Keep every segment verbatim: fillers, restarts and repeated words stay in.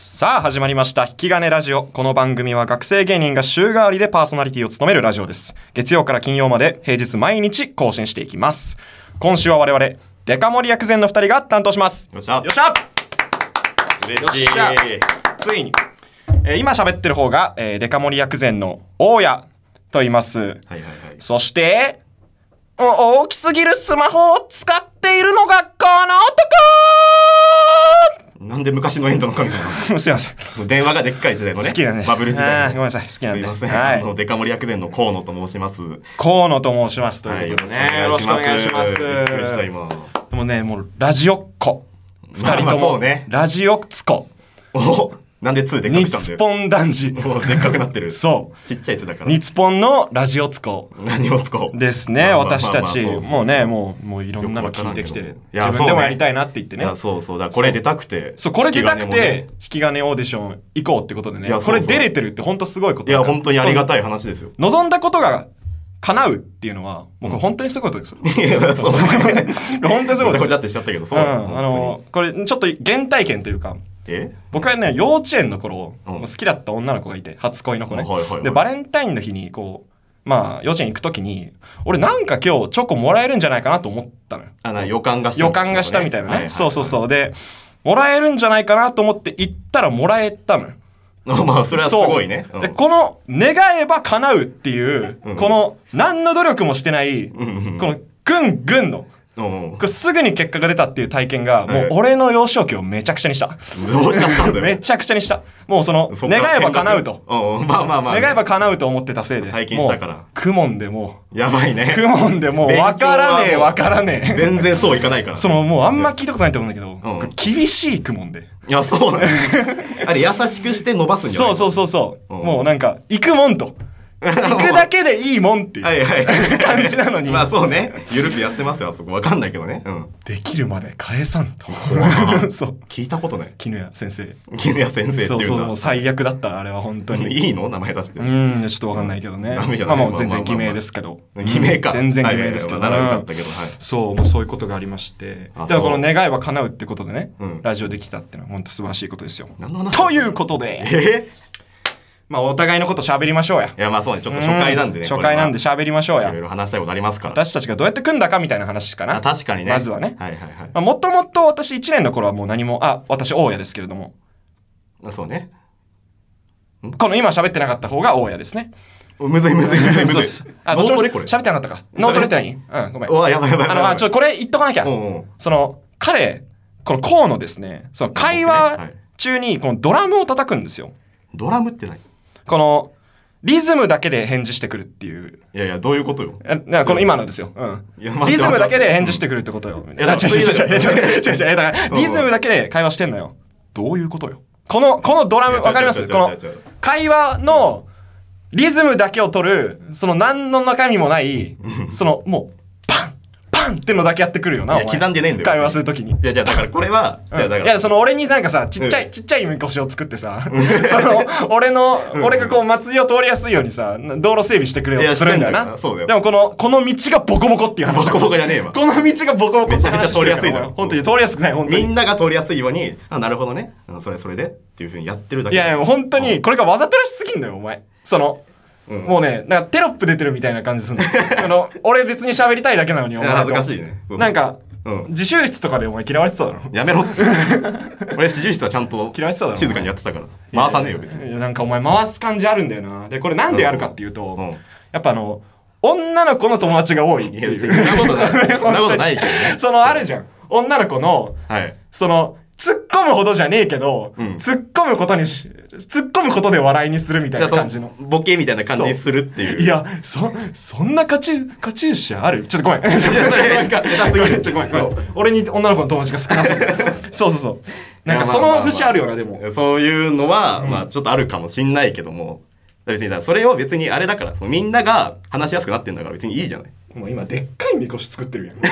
さあ始まりました引き金ラジオ。この番組は学生芸人が週替わりでパーソナリティを務めるラジオです。月曜から金曜まで平日毎日更新していきます。今週は我々デカ盛り薬膳のふたりが担当します。 よっしゃよっしゃ嬉しい。 ついに、えー、今喋ってる方が、えー、デカ盛り薬膳の大家と言います。はいはいはい。そして大きすぎるスマホを使っているのがこの男。 なんで昔のエンドの神様すいません。 電話がでっかい時代のね。 好きだね。 バブル時代、 ね。ごめんなさい。好きなんで。 すいません。 はい、 あのデカ盛り薬膳の河野と申します。 河野と申しますということでね。はい、よろしくお願いします。びっくりした今。 でもね、もうラジオっ子。二人とも、まあまあね、ラジオっ子。 おなんでにでっかくしたんだよ。 日本男児。 でっかくなってる。 そう。 ちっちゃいつだから。 日本のラジオつこ。 ラジオつこ。 ですね、私たち。もうね、もう、もういろんなの聞いてきて、自分でもやりたいなって言ってね。 いや、そうそう。だこれ出たくて。 そう、これ出たくて、引き金オーディション行こうってことでね。これ出れてるって本当すごいこと。 いや、本当にありがたい話ですよ。 望んだことが叶うっていうのは、もう本当にすごいことですよ。 いや、そう。 本当にすごいこと。 ごちゃってしちゃったけど、そう。あの、これちょっと原体験というか、 え僕はね幼稚園の頃、うん、好きだった女の子がいて初恋の子ね、はいはいはい、でバレンタインの日にこうまあ幼稚園行く時に俺なんか今日チョコもらえるんじゃないかなと思ったのよ。 あな予感がした、 ね、予感がしたみたいなね、はいはいはい、そうそうそうでもらえるんじゃないかなと思って行ったらもらえたのよ。 まあそれはすごいね、 うん、でこの願えば叶うっていう、うん、この何の努力もしてない、うん、このぐんぐんのこれすぐに結果が出たっていう体験がもう俺の幼少期をめちゃくちゃにした。 どうしちゃったんだよ。 めちゃくちゃにした。もうその願えば叶うと、 まあまあまあ、 願えば叶うと思ってたせいで体験したからクモンでもうやばいね。 クモンでもう分からねえ分からねえ。 全然そういかないから。 そのもうあんま聞いたことないと思うんだけど、うん、厳しいクモンで。 いやそうね。あれ優しくして伸ばすんじゃない。 そうそうそうそう、うん、もうなんか行くもんと。行くだけでいいもんっていう感じなのに。 まあそうね。ゆるくやってますよあそこ。わかんないけどね。うん。 できるまで返さんと。 そう。聞いたことない。 絹谷先生。 絹谷先生っていうのは。 そうそうもう最悪だったあれは本当に。 いいの名前出して。 うんちょっとわかんないけどね。まあもう全然偽名ですけど。 偽名か。 全然偽名ですけど。 ならよかったけど。 そうもうそういうことがありまして。だからこの願いは叶うってことでね。ラジオできたってのは本当素晴らしいことですよ。ということで。えまあお互いのこと喋りましょうや。 いやまあそうねちょっと初回なんでね。 初回なんで喋りましょうや。 いろいろ話したいことありますから。 私たちがどうやって組んだかみたいな話かな。 あ確かにね。 まずはね。 はいはいはい。 もともと私いちねんの頃はもう何もあ私大家ですけれども。 あそうね。 この今喋ってなかった方が大家ですね。 むずいむずいむずいむずい。 あ脳トレこれ。喋ってなかったか。脳トレって何？うんごめん。 うわやばいやばいやばい。 あのちょっとこれ言っとかなきゃ。その彼この河野ですね。その会話中にこのドラムを叩くんですよ。 ドラムって何？ このリズムだけで返事してくるっていう。 いやいや、どういうことよ。 この今のですよ。うん。リズムだけで返事してくるってことよ。いや、違う違う違う違う違う。だからリズムだけで会話してんのよ。どういうことよ。この、このドラム、わかります？この会話のリズムだけを取る、その何の中身もない、そのもう、パンパンってのだけやってくるよな。 いや、刻んでねえんだよ。 会話するときに。 いや、じゃあだからこれは、 いや、だから。いや、その俺になんかさ、ちっちゃい、ちっちゃいみこしを作ってさ、その、俺の、俺がこう、祭りを通りやすいようにさ、道路整備してくれようとするんだよな。そうだよ。でもこの、この道がボコボコっていう話。 ボコボコじゃねえわ。 この道がボコボコって話してる。 めちゃめちゃ通りやすいの。 本当に通りやすくない、本当に。 みんなが通りやすいように、あ、なるほどね。それそれでっていう風にやってるだけ。 いやいや、本当に、これがわざとらしすぎんのよ、お前。その、うん、もうね、なんかテロップ出てるみたいな感じするの。あの、俺別に喋りたいだけなのに、お前。 恥ずかしいね。 なんか、うん、自習室とかでお前嫌われてただろ。 やめろ。俺自習室はちゃんと嫌われてただろ。 静かにやってたから。回さねえよ別に。 いやなんかお前回す感じあるんだよな。でこれなんでやるかっていうと、うんうん、やっぱあの女の子の友達が多いっていう。 そんなことない。そんなことないけどね。 そのあるじゃん。女の子の、はい、その突っ込むほどじゃねえけど、うん、突っ込むことにし突っ込むことで笑いにするみたいな感じのボケみたいな感じにするっていう。 いやそそんなカチュカチューシャある？ちょっとごめん。ちょっとごめんごめん。俺に女の子の友達が少なすぎて。そうそうそう。なんかその節あるよなでも。 そういうのは、うん、まあちょっとあるかもしんないけども、別にだそれを別にあれだからそのみんなが話しやすくなってんだから別にいいじゃない。 もう今でっかいみこし作ってるやん。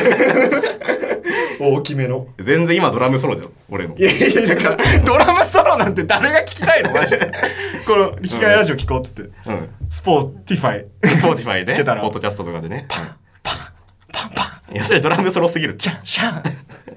大きめの。 全然今ドラムソロだよ俺の。 いやいやだからドラムソロなんて誰が聞きたいのマジで。この引き換えラジオ聞こうっつって、うん、スポーティファイスポーティファイで、ね、 ポッドキャストとかでねパンパンパンパン。 いやそれドラムソロすぎる。 チャンシャン。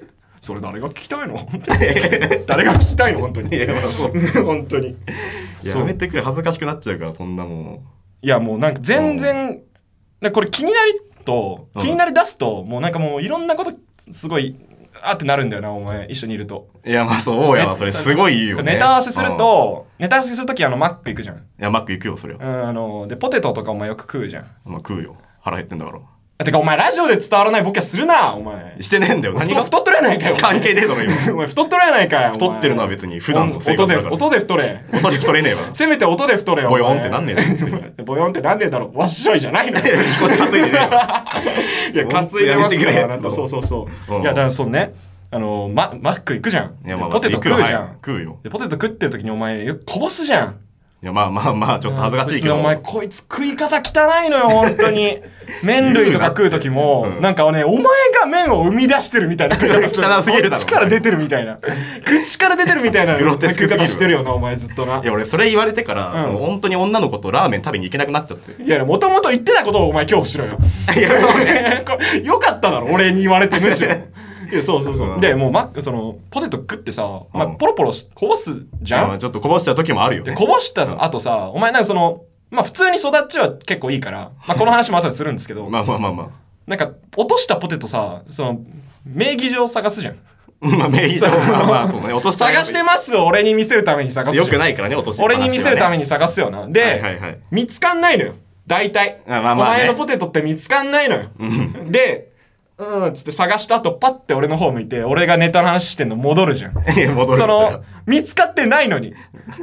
それ誰が聞きたいの誰が聞きたいの本当に。いや本当にやめてくれ、恥ずかしくなっちゃうから、そんなもん。 いやもうなんか全然、うん、これ気になりと気になり出すと、うん、もうなんかもういろんなことすごいあってなるんだよな、お前一緒にいると。 いやまあそうやわ、それすごいいいよね。 ネタ合わせすると、うん、ネタ合わせするときあのマック行くじゃん。いやマック行くよそれは、 うん、あのでポテトとかお前よく食うじゃん。 まあ食うよ、腹減ってんだから。 てかお前ラジオで伝わらないボケはするな、お前。 してねえんだよ。何が太っとるやないかよ。 関係ねえだろ今。 お前太っとるやないかよ。 太ってるのは別に普段の生活だから。 音で太れ。 音で太れねえわ。 せめて音で太れよ。 ボヨンってなんねえボヨンってなんねえだろ。わっしょいじゃないの。 ぎこち担いでねえよ。いや担いでますからなんかそうそうそう。いやだからそうね。あのママック行くじゃん。ポテト食うじゃん。 食うよ。 でポテト食ってる時にお前よくこぼすじゃん。 いやまあまあまあちょっと恥ずかしいけど、 お前こいつ食い方汚いのよ本当に。麺類とか食う時も、うん、なんかねお前が麺を生み出してるみたいな食い方する。 汚すぎるだろ。 口から出てるみたいな口から出てるみたいな食い方してるよなお前ずっとな。 いや俺それ言われてから、うん、その本当に女の子とラーメン食べに行けなくなっちゃって。 いやもともと言ってたことをお前今日しろよ。いやよかっただろ俺に言われてむしろ。いやそうそうそう、うん、でもうマそのポテト食ってさ、うん、まあ、ポロポロこぼすじゃん、 まあ、ちょっとこぼしちゃう時もあるよね。 でこぼしたあとさ、お前なんかそのまあ普通に育ちは結構いいから、まあ、この話も後でするんですけどまあまあまあまあなんか落としたポテトさ、その名義上探すじゃん。 まあ名義上まあまあそうね、落とした探してますを俺に見せるために探すじゃん。 よくないからね落とし、ね、 俺に見せるために探すよな。で、はいはいはい、見つかんないのよ大体。あ、まあまあね、お前のポテトって見つかんないのよ。でうんつって探した後パッて俺の方向いて俺がネタの話してんの戻るじゃん。いや戻る。その見つかってないのに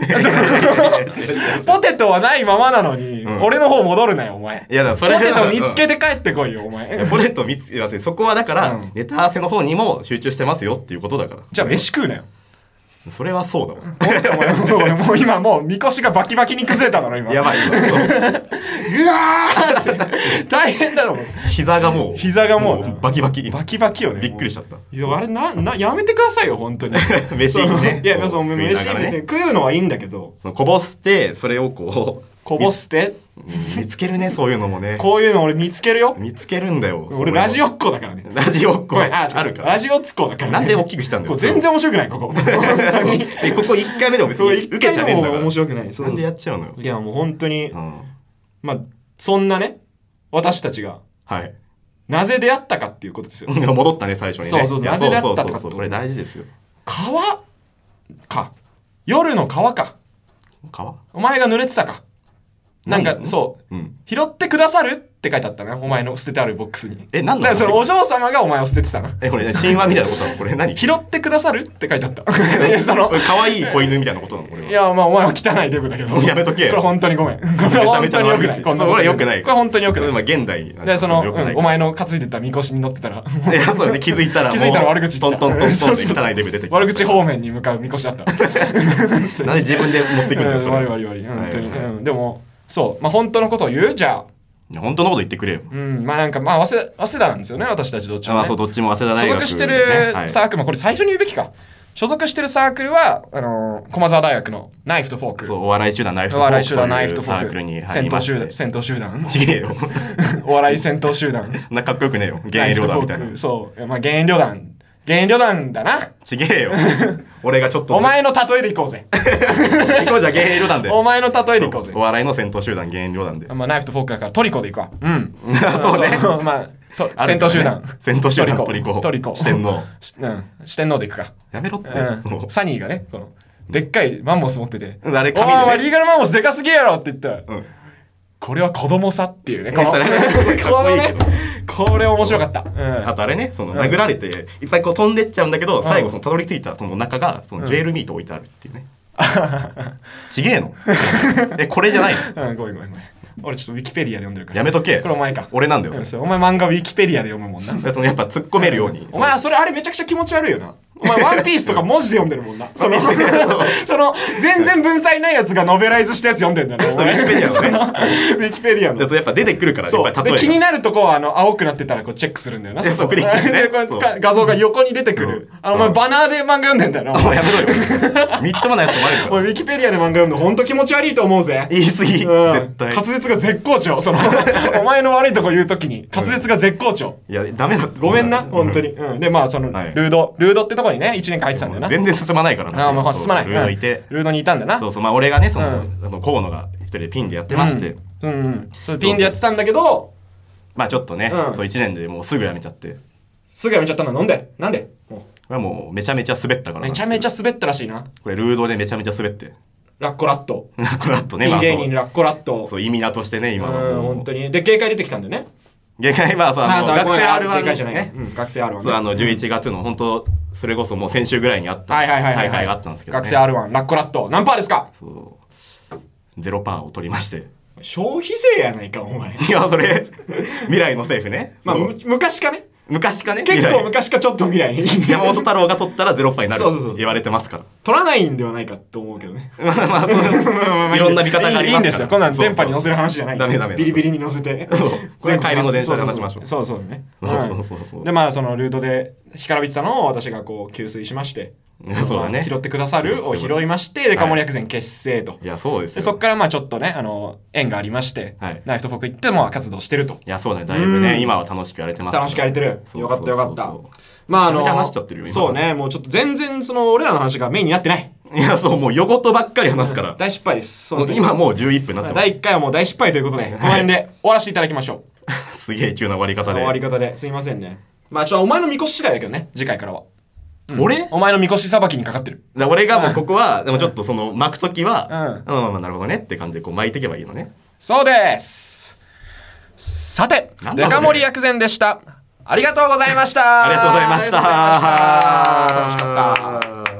ポテトはないままなのに、うん、俺の方戻るなよお前。いやだそれポテト見つけて帰ってこいよお前。 ポテト見つけてそこはだから、うん、ネタ合わせの方にも集中してますよっていうことだから。 じゃあ飯食うなよ。 それはそうだわ。 俺もう今もうみこしがバキバキに崩れただろ今。 やばい今。 うわーって大変だろ。 膝がもう膝がもう、もうバキバキバキバキよね。 びっくりしちゃった。 いやあれななやめてくださいよ本当に。 飯ね。 いやその飯別に食うのはいいんだけど。 こぼしてそれをこうこぼして。 見つけるねそういうのもね。 こういうの俺見つけるよ。 見つけるんだよ。 俺ラジオっ子だからね。 ラジオっ子あるから。 ラジオっ子だから。 なんで大きくしたんだよ。 全然面白くないここ。 えここいっかいめでも別に受けちゃねえんだから。 面白くない。 なんでやっちゃうのよ。 いやもう本当にまあそんなね私たちがはいなぜ出会ったかっていうことですよ。 戻ったね最初にね。 そうそうなぜ出会ったかってこれ大事ですよ。 川か夜の川か。 川お前が濡れてたか。なんかそう、うん、拾ってくださるって書いてあったなお前の捨ててあるボックスに。えなんだからそのお嬢様がお前を捨ててたな。 えこれ、ね、神話みたいなことなのこれ何。 拾ってくださるって書いてあった。その可愛い子犬みたいなことなのこれは。 いやまあお前は汚いデブだけど。 やめとけよ。 これ本当にごめん。これ本当に良くない。 これ良くない。 これ本当に良くない。 まあ現代でその、うん、お前の担いでたみこしに乗ってたら。 いやそうね気づいたら気づいたら悪口言ってた。 トントントントンって汚いデブ出てきた。 悪口方面に向かうみこしだった。 なんで自分で持ってくるんだよそれ。 悪い悪い悪い本当に。でも。そうまあ本当のことを言うじゃあ本当のこと言ってくれよ。 うんまあなんかまあ早稲田なんですよね私たちどっちも、ね、 あそうどっちも早稲田大学、 所属してるサークル、はい、これ最初に言うべきか。所属してるサークルはあのー、駒澤大学のナイフとフォーク。 そうお笑い集団ナイフとフォークというサークルに入りまして。 戦闘集団ちげえよお笑い戦闘集団なかっこよくねえよ幻影旅団みたいな。 そうまあ幻影旅団幻影旅団だな。 ちげえよ俺がちょっとお前の例えでいこうぜ行こうじゃあ幻影旅団で。 お前の例えでいこうぜ。 お笑いの戦闘集団幻影旅団で。 まあナイフとフォークだからトリコでいくわ。うんそうねまあ戦闘集団戦闘集団トリコトリコ四天王うん四天王でいくか。 やめろって、 うん、サニーがねこのでっかいマンモス持っててあれ紙で、ね、リーガルマンモスでかすぎるやろって言ったら、うん、これは子供さっていうねこのねこれ面白かった、うん、 あとあれねその殴られていっぱいこう飛んでっちゃうんだけど、うん、最後そのたどり着いたその中がそのジュエルミート置いてあるっていうね、うん、ちげえのえこれじゃないの、 うん、ごめんごめんごめん俺ちょっとウィキペディアで読んでるからやめとけ。 これお前か。 俺なんだよ、 うん、お前漫画ウィキペディアで読むもんな。 やっぱ突っ込めるように、 お前それあれめちゃくちゃ気持ち悪いよな。 お前ワンピースとか文字で読んでるもんな。そのその全然文才ないやつがノベライズしたやつ読んでんだよね。 ウィキペディアのね。 ウィキペディアの。 やっぱ出てくるからね。 そう。で気になるとこはあの青くなってたらこうチェックするんだよな。 そうクリックしてね。 画像が横に出てくる。あのお前バナーで漫画読んでんだよな。 お前やめろよ。みっともないやつもあるよ。 お前ウィキペディアで漫画読むの本当気持ち悪いと思うぜ。 言い過ぎ。絶対。 滑舌が絶好調。そのお前の悪いとこ言うときに滑舌が絶好調。 いやダメだ。 ごめんな本当に。うん。でまあそのルードルードってとこにねいちねんかん入ってたんだよな。 全然進まないからな。 あまあ進まない。 ルードいて。 ルードにいたんだな。 そうそうまあ俺がねそのあの河野が一人でピンでやってまして。 うんうん。それピンでやってたんだけど。 まあちょっとねそういちねんでもうすぐやめちゃって。 すぐやめちゃったのなんでなんで。 もうめちゃめちゃ滑ったから。 めちゃめちゃ滑ったらしいな。 これルードでめちゃめちゃ滑って。 ラッコラット。 ラッコラットね。 ピン芸人ラッコラット。 そう意味だとしてね今は。 うん本当に。で芸会出てきたんだよね。 芸会はそうあの学生 アールワン芸会じゃないね。学生 アールワン。 そうあのじゅういちがつの本当それこそもう先週ぐらいにあった大会があったんですけど。 学生 アールワン ラッコラット何パーですか。 そうゼロパーを取りまして。 消費税やないかお前。 いやそれ未来の政府ね。 まあ昔かね。 昔かね結構昔かちょっと未来に山本太郎が取ったらゼロパーになると言われてますから取らないんではないかと思うけどね。 まあまあいろんな見方がありますから。いいんですよこんなん電波に載せる話じゃない。 ダメダメビリビリに載せてこれ帰りの電車で話しましょう。 そうそうね。でまあそのルートで干からびてたのを私がこう給水しましてそうだね拾ってくださるを拾いましてデカ盛り薬膳結成と。 いやそうですよ。 でそっからまあちょっとねあの縁がありましてナイフとフォーク行っても活動してると。 いやそうねだいぶね今は楽しくやれてます。 楽しくやれてる。よかったよかった。 まああの話しちゃってるよ今。 そうねもうちょっと全然その俺らの話がメインになってない。 いやそうもう夜ごばっかり話すから大失敗です。 今もうじゅういっぷんになってます。 だいいっかいはもう大失敗ということでこの辺で終わらせていただきましょう。 すげえ急な終わり方で終わり方ですいませんね。まあちょっとお前のみこし次第だけどね次回からは。 俺お前のみこしさばきにかかってる。 俺がもうここはでもちょっとその巻くときはまあまあなるほどねって感じでこう巻いていけばいいのね。 そうです。さてデカ盛り薬膳でした。ありがとうございました。 ありがとうございました。 楽しかった。